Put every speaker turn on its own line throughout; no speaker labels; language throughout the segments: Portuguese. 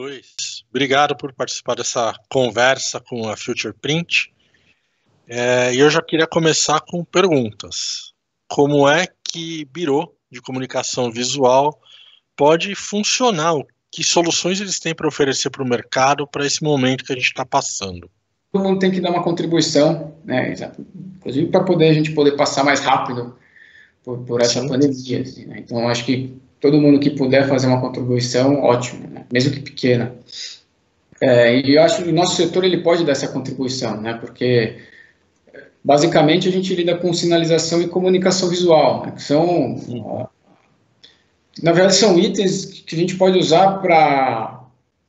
Luiz, obrigado por participar dessa conversa com a Futureprint. E eu já queria começar com perguntas. Como é que Birô de comunicação visual pode funcionar? Que soluções eles têm para oferecer para o mercado para esse momento que a gente está passando?
Todo mundo tem que dar uma contribuição, né? Inclusive para a gente poder passar mais rápido por essa pandemia. Assim, né? Então, acho que todo mundo que puder fazer uma contribuição, ótimo, né? Mesmo que pequena. E eu acho que o nosso setor ele pode dar essa contribuição, né? Porque basicamente a gente lida com sinalização e comunicação visual, né? Que são, na verdade, são itens que a gente pode usar para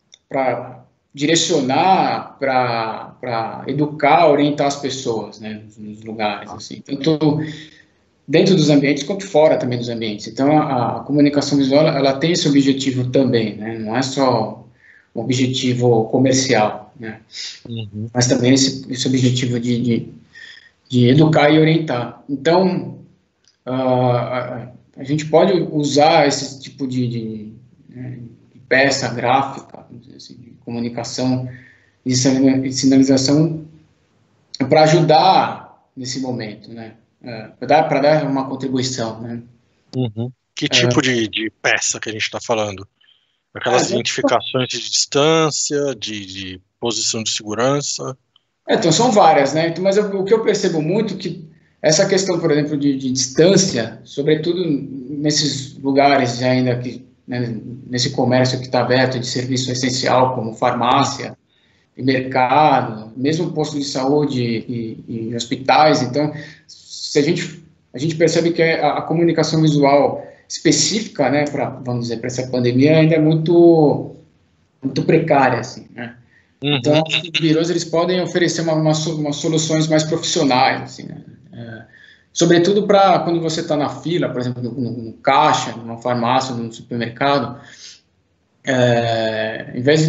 direcionar, para educar, orientar as pessoas, né? Nos lugares, assim. Tanto dentro dos ambientes quanto fora também dos ambientes. Então, a comunicação visual, ela tem esse objetivo também, né? Não é só um objetivo comercial, né? Mas também esse objetivo de educar e orientar. Então, a gente pode usar esse tipo de peça gráfica, assim, de comunicação e sinalização para ajudar nesse momento, né? Para dar uma contribuição, né?
Que tipo de peça que a gente está falando? Aquelas identificações de distância, de posição de segurança?
Então, são várias, né? Mas o que eu percebo muito que essa questão, por exemplo, de distância, sobretudo nesses lugares ainda que, né, nesse comércio que está aberto de serviço essencial, como farmácia e mercado, mesmo posto de saúde e hospitais. Então, se a gente percebe que a comunicação visual específica, né, vamos dizer, para essa pandemia ainda é muito precária, assim, né? Então, os birôs eles podem oferecer umas soluções mais profissionais, assim, né? Sobretudo para quando você está na fila, por exemplo, no caixa, numa farmácia, num supermercado, em vez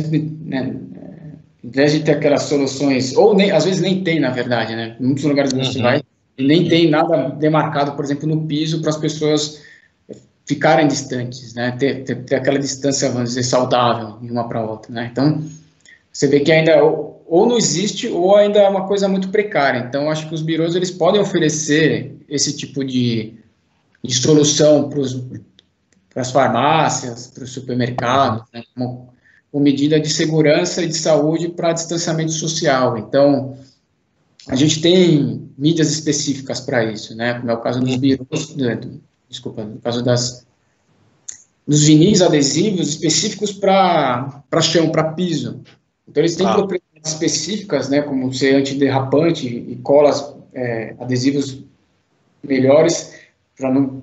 de ter aquelas soluções, ou às vezes nem tem, na verdade, né? Em muitos lugares você vai e nem tem nada demarcado, por exemplo, no piso para as pessoas ficarem distantes, né? Ter aquela distância, vamos dizer, saudável de uma para a outra, né? Então, você vê que ainda ou não existe ou ainda é uma coisa muito precária. Então, acho que os birôs eles podem oferecer esse tipo de solução para as farmácias, para os supermercados, né, como medida de segurança e de saúde para distanciamento social. Então, a gente tem mídias específicas para isso, né, como é o caso dos birôs, no caso dos vinis adesivos específicos para chão, para piso. Então, eles têm propriedades específicas, né, como ser antiderrapante e colas adesivos melhores para não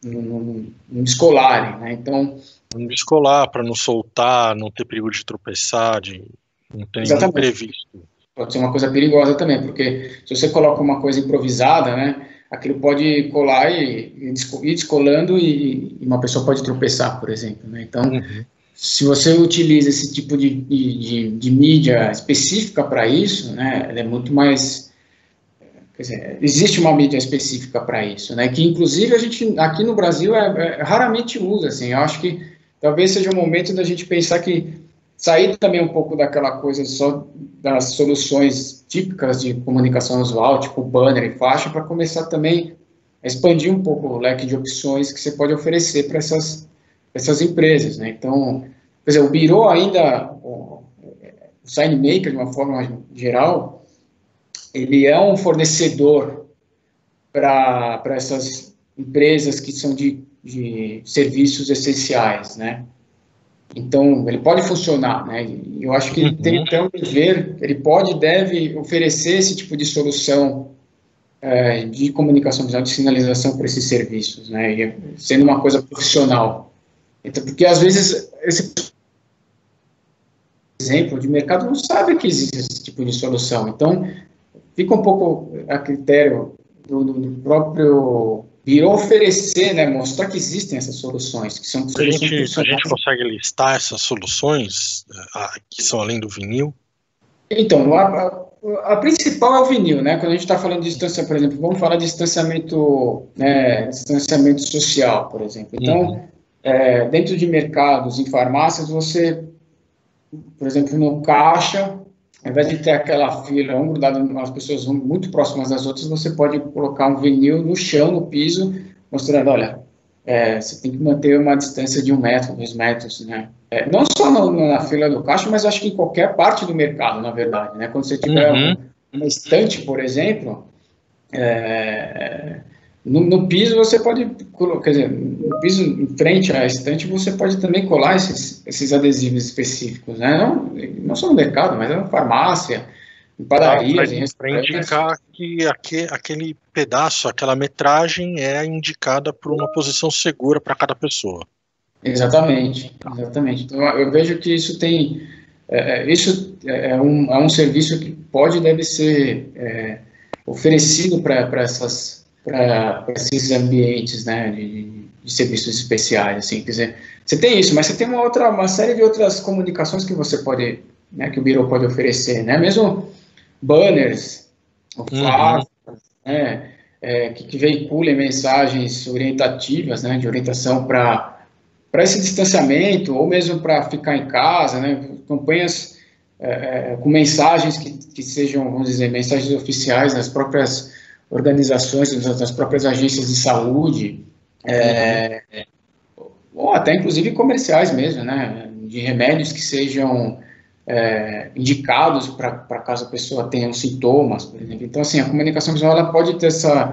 descolarem, né? Então,
não descolar, para não soltar, não ter perigo de tropeçar, não ter nenhum imprevisto.
Pode ser uma coisa perigosa também, porque se você coloca uma coisa improvisada, né, aquilo pode colar e ir descolando e uma pessoa pode tropeçar, por exemplo, né? Então, se você utiliza esse tipo de mídia específica para isso, né, ela é muito mais... Quer dizer, existe uma mídia específica para isso, né, que inclusive a gente, aqui no Brasil, raramente usa, assim. Eu acho que talvez seja o momento da gente pensar que sair também um pouco daquela coisa só das soluções típicas de comunicação visual, tipo banner e faixa, para começar também a expandir um pouco o leque de opções que você pode oferecer para essas empresas, né? Então, quer dizer, o birô ainda, o SignMaker, de uma forma geral, ele é um fornecedor para essas empresas que são de serviços essenciais, né? Então, ele pode funcionar, né? E eu acho que ele tem até um dever, ele pode e deve oferecer esse tipo de solução de comunicação visual, de sinalização para esses serviços, né? E sendo uma coisa profissional. Então, porque às vezes esse exemplo de mercado não sabe que existe esse tipo de solução. Então, fica um pouco a critério do próprio birô oferecer, né, mostrar que existem essas soluções, que são soluções
a gente consegue listar essas soluções que são além do vinil?
Então, a principal é o vinil, né? Quando a gente está falando de distância, por exemplo, vamos falar de distanciamento, né, distanciamento social, por exemplo. Então, dentro de mercados, em farmácias, você por exemplo, no caixa, ao invés de ter aquela fila, um grudado, as pessoas muito próximas das outras, você pode colocar um vinil no chão, no piso, mostrando, olha, você tem que manter uma distância de 1 metro, 2 metros, né? Não só na fila do caixa, mas acho que em qualquer parte do mercado, na verdade, né? Quando você tiver uma estante, por exemplo, no piso você pode, quer dizer, no piso em frente à estante você pode também colar esses adesivos específicos, né? Não só no mercado, mas na farmácia, em padarias, em
Para
restaurantes.
indicar que aquele pedaço, aquela metragem é indicada por uma posição segura para cada pessoa.
Exatamente, exatamente. Então, eu vejo que isso tem, isso é um serviço que pode e deve ser oferecido para esses ambientes, né, de serviços especiais, assim, quer dizer, você tem isso, mas você tem uma série de outras comunicações que você pode, né, que o Biro pode oferecer, né, mesmo banners, farpas, né, que veiculem mensagens orientativas, né, de orientação para esse distanciamento, ou mesmo para ficar em casa, né, campanhas com mensagens que sejam, vamos dizer, mensagens oficiais nas próprias organizações, nas próprias agências de saúde, ou até inclusive comerciais mesmo, né, de remédios que sejam indicados para caso a pessoa tenha sintomas, por exemplo. Então, assim, a comunicação visual ela pode ter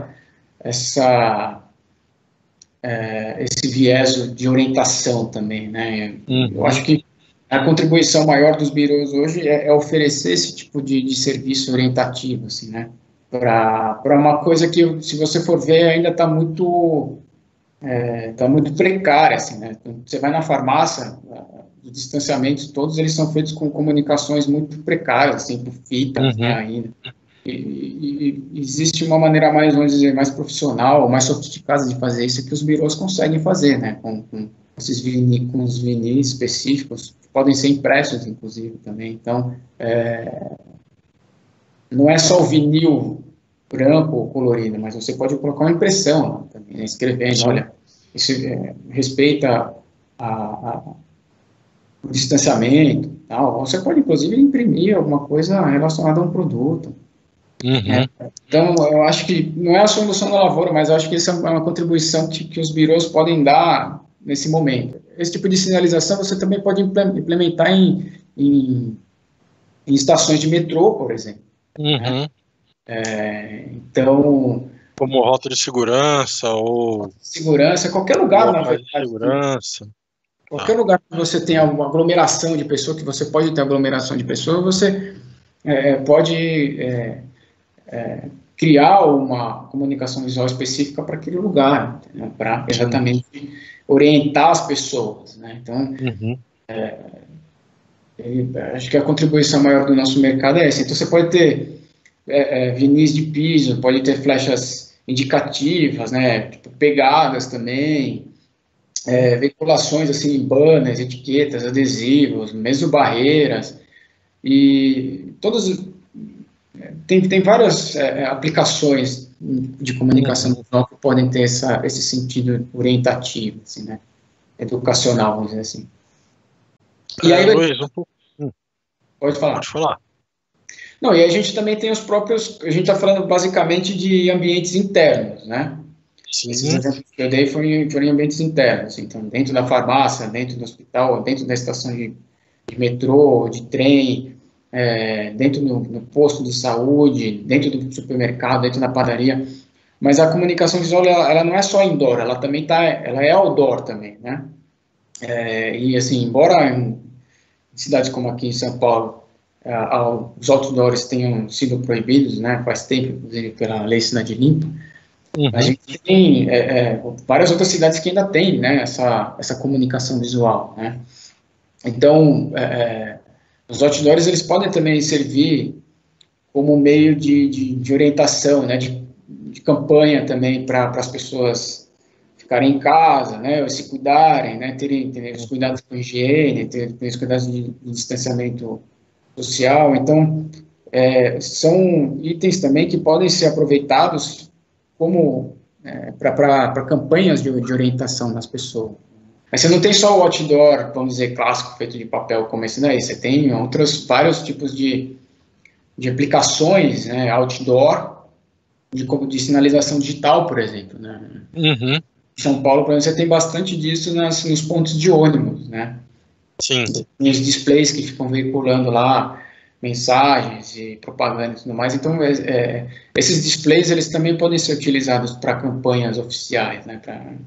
esse viés de orientação também, né? Eu acho que a contribuição maior dos birôs hoje é oferecer esse tipo de serviço orientativo, assim, né? Para uma coisa que, se você for ver, ainda está muito precária, assim, né? Você vai na farmácia, os distanciamentos todos eles são feitos com comunicações muito precárias, assim, por fitas, né, ainda. E existe uma maneira mais, vamos dizer, mais profissional, mais sofisticada de fazer isso que os birôs conseguem fazer, né, com os vinis específicos, que podem ser impressos, inclusive, também. Então, não é só o vinil branco ou colorido, mas você pode colocar uma impressão lá, também, né, escrevendo, olha, isso respeita o distanciamento, tal. Você pode, inclusive, imprimir alguma coisa relacionada a um produto. Então, eu acho que não é a solução da lavoura, mas eu acho que essa é uma contribuição que os birôs podem dar nesse momento. Esse tipo de sinalização você também pode implementar em estações de metrô, por exemplo. Né? Então...
Como rota de segurança ou...
Segurança, qualquer lugar, na verdade.
De segurança.
Qualquer lugar que você tenha uma aglomeração de pessoas, que você pode ter aglomeração de pessoas, você pode criar uma comunicação visual específica para aquele lugar, né, para exatamente orientar as pessoas, né? Então, acho que a contribuição maior do nosso mercado é essa. Então, você pode ter vinis de piso, pode ter flechas indicativas, né, tipo pegadas também, veiculações assim, banners, etiquetas, adesivos, mesmo barreiras, e todos tem várias aplicações de comunicação visual que podem ter esse sentido orientativo, assim, né, educacional, vamos dizer assim. E aí,
Luiz,
pode falar.
Pode falar.
Não, e a gente também tem os próprios, a gente está falando basicamente de ambientes internos, né?
Sim.
Esses exemplos que eu dei foram em ambientes internos, então dentro da farmácia, dentro do hospital, dentro da estação de metrô, de trem, dentro no posto de saúde, dentro do supermercado, dentro da padaria. Mas a comunicação visual ela não é só indoor, ela também ela é outdoor também, né? E assim, embora em cidades como aqui em São Paulo os outdoors tenham sido proibidos, né? Faz tempo, inclusive pela lei Cidade Limpa. A gente tem várias outras cidades que ainda têm, né, essa comunicação visual, né? Então, os outdoors eles podem também servir como meio de orientação, né, de campanha também para as pessoas ficarem em casa, né, se cuidarem, né, terem os cuidados com higiene, terem os cuidados de distanciamento social. Então, são itens também que podem ser aproveitados como para campanhas de orientação das pessoas. Mas você não tem só o outdoor, vamos dizer, clássico, feito de papel como esse daí, você tem vários tipos de aplicações, né, outdoor, de sinalização digital, por exemplo, né.
Uhum.
Em São Paulo, por exemplo, você tem bastante disso nos pontos de ônibus, né.
Sim.
Tem os displays que ficam veiculando lá mensagens e propaganda e tudo mais. Então, esses displays, eles também podem ser utilizados para campanhas oficiais, né,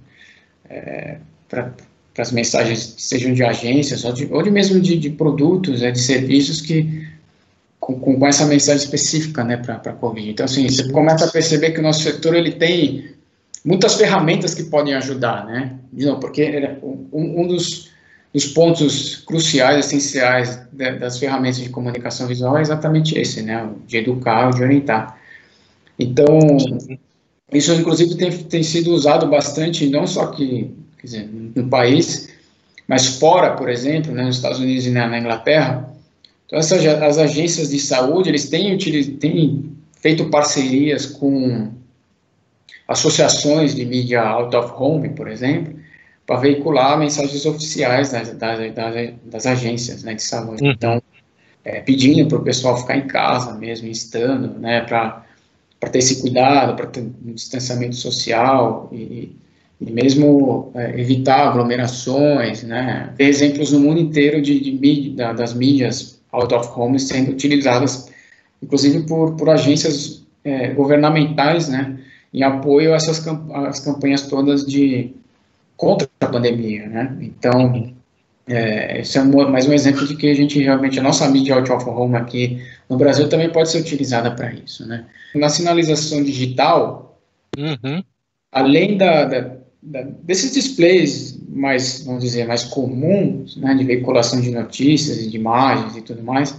para as mensagens que sejam de agências ou de mesmo de produtos, de serviços que com essa mensagem específica, né, para a Covid. Então, assim, você começa a perceber que o nosso setor ele tem muitas ferramentas que podem ajudar, né? Não, porque um dos pontos cruciais, essenciais das ferramentas de comunicação visual é exatamente esse, né? De educar, de orientar. Então, isso inclusive tem sido usado bastante, não só aqui, quer dizer, no país, mas fora, por exemplo, né, nos Estados Unidos e na Inglaterra. Então, as agências de saúde, eles têm feito parcerias com associações de mídia out of home, por exemplo, para veicular mensagens oficiais das agências, né, de saúde.
Uhum.
Então, pedindo para o pessoal ficar em casa mesmo, estando, né, para ter esse cuidado, para ter um distanciamento social e mesmo evitar aglomerações, né. Tem exemplos no mundo inteiro das mídias out of home sendo utilizadas, inclusive por agências governamentais, né, em apoio a as campanhas todas contra a pandemia, né. Então, esse é mais um exemplo de que a nossa mídia out of home aqui no Brasil também pode ser utilizada para isso, né. Na sinalização digital, além desses displays mais, vamos dizer, mais comuns, né, de veiculação de notícias e de imagens e tudo mais,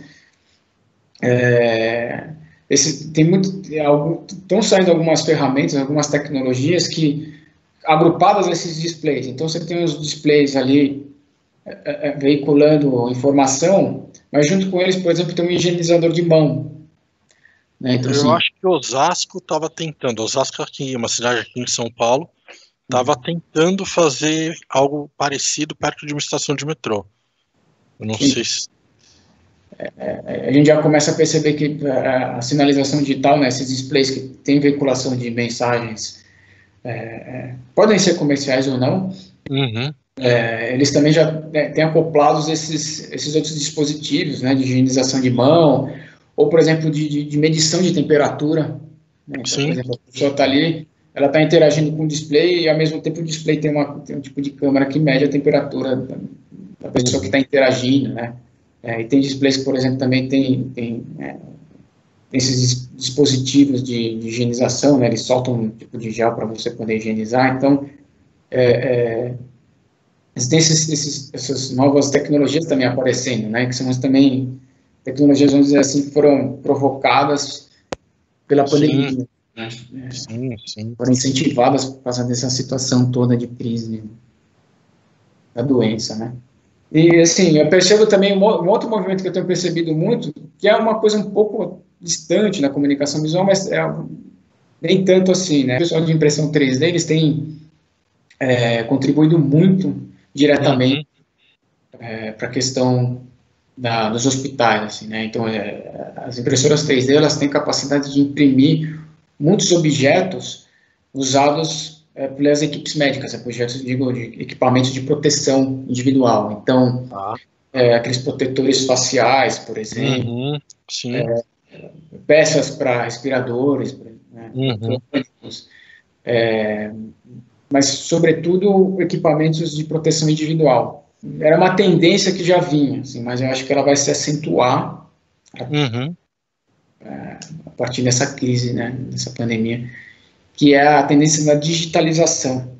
estão saindo algumas ferramentas, algumas tecnologias que agrupadas a esses displays. Então, você tem os displays ali veiculando informação, mas junto com eles, por exemplo, tem um higienizador de mão. Né? Então,
eu acho que Osasco estava tentando. Osasco, aqui, uma cidade aqui em São Paulo, estava tentando fazer algo parecido perto de uma estação de metrô. Eu não sei se...
a gente já começa a perceber que a sinalização digital, né, esses displays que têm veiculação de mensagens, podem ser comerciais ou não, eles também já têm acoplados esses outros dispositivos, né, de higienização de mão, ou, por exemplo, de medição de temperatura. Né? Então, por exemplo, a pessoa está ali, ela está interagindo com o display e, ao mesmo tempo, o display tem um tipo de câmera que mede a temperatura da pessoa que está interagindo, né? E tem displays que, por exemplo, também tem esses dispositivos de higienização, né? Eles soltam um tipo de gel para você poder higienizar. Então, tem essas novas tecnologias também aparecendo, né? Que são também tecnologias, vamos dizer assim, que foram provocadas pela pandemia. Né? Foram incentivadas por causa dessa situação toda de crise da doença, né? E, assim, eu percebo também um outro movimento que eu tenho percebido muito, que é uma coisa um pouco distante na comunicação visual, mas nem tanto assim, né? O pessoal de impressão 3D, eles têm contribuído muito diretamente para a questão dos hospitais, assim, né? Então, as impressoras 3D, elas têm capacidade de imprimir muitos objetos usados pelas equipes médicas, projetos, de equipamentos de proteção individual. Então, aqueles protetores faciais, por exemplo, peças para respiradores, né, mas, sobretudo, equipamentos de proteção individual. Era uma tendência que já vinha, assim, mas eu acho que ela vai se acentuar a partir dessa crise, né, dessa pandemia, que é a tendência da digitalização.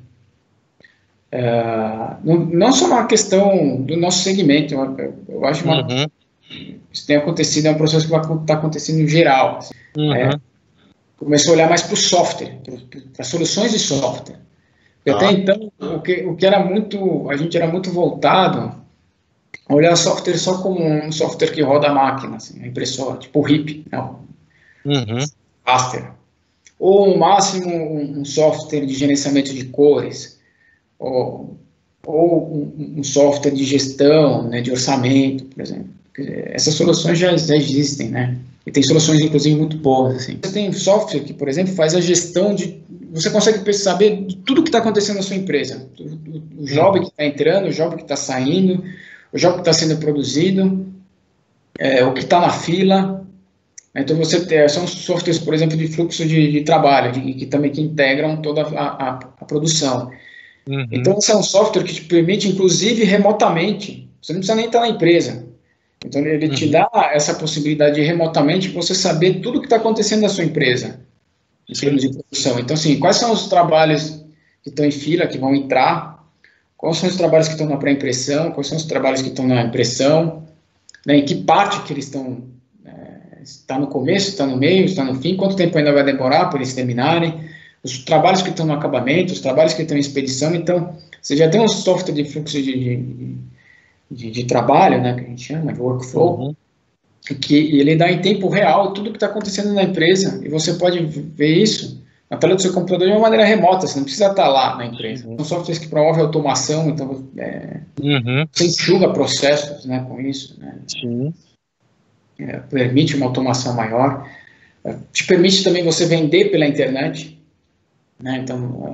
Não só uma questão do nosso segmento, eu acho que isso tem acontecido, é um processo que está acontecendo em geral. Assim, começou a olhar mais para o software, para soluções de software. Até então, o que era muito, a gente era muito voltado a olhar software só como um software que roda a máquina, assim, a impressora, tipo o RIP, raster. Ou, no máximo, um software de gerenciamento de cores, ou ou um software de gestão, né, de orçamento, por exemplo. Essas soluções já existem, né? E tem soluções, inclusive, muito boas. Assim. Você tem software que, por exemplo, faz a gestão de... Você consegue saber de tudo que está acontecendo na sua empresa. O job que está entrando, o job que está saindo, o job que está sendo produzido, o que está na fila. Então, são softwares, por exemplo, de fluxo de trabalho, que também que integram toda a produção. Uhum. Então, esse é um software que te permite, inclusive, remotamente. Você não precisa nem estar na empresa. Então, ele te dá essa possibilidade de, remotamente, você saber tudo o que está acontecendo na sua empresa, em termos de produção. Então, assim, quais são os trabalhos que estão em fila, que vão entrar, quais são os trabalhos que estão na pré-impressão, quais são os trabalhos que estão na impressão, né, em que parte que eles estão, está no começo, está no meio, está no fim, quanto tempo ainda vai demorar para eles terminarem, os trabalhos que estão no acabamento, os trabalhos que estão em expedição. Então, você já tem um software de fluxo de trabalho, né, que a gente chama de workflow, que ele dá em tempo real tudo que está acontecendo na empresa, e você pode ver isso na tela do seu computador de uma maneira remota, você não precisa estar lá na empresa. São softwares que promovem automação, então você enxuga processos, né, com isso, né? Sim. Permite uma automação maior, te permite também você vender pela internet, né? Então,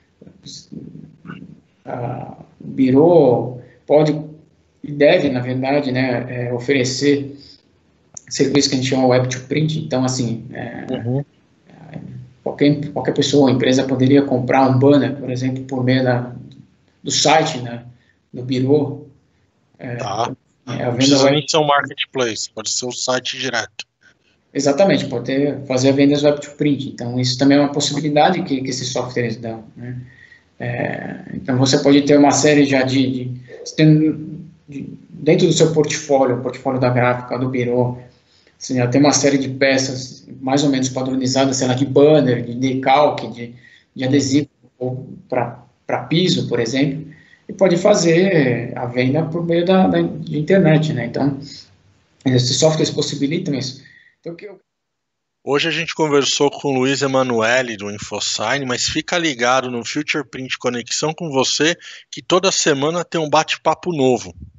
o Biro pode e deve, na verdade, né, oferecer serviço que a gente chama Web to Print. Então, assim, qualquer pessoa ou empresa poderia comprar um banner, por exemplo, por meio do site, né, do Biro.
Não precisa nem ser um marketplace, pode ser o site direto.
Exatamente, pode fazer vendas Web to Print. Então, isso também é uma possibilidade que esses softwares dão, né? Então, você pode ter uma série já dentro do seu portfólio, o portfólio da gráfica, do Biro, você já tem uma série de peças mais ou menos padronizadas, sei lá, de banner, de decalque, de adesivo para piso, por exemplo, e pode fazer a venda por meio de internet, né? Então, esses softwares possibilitam isso. Então,
Hoje a gente conversou com o Luiz Emanuele do InfoSign, mas fica ligado no Future Print Conexão com você, que toda semana tem um bate-papo novo.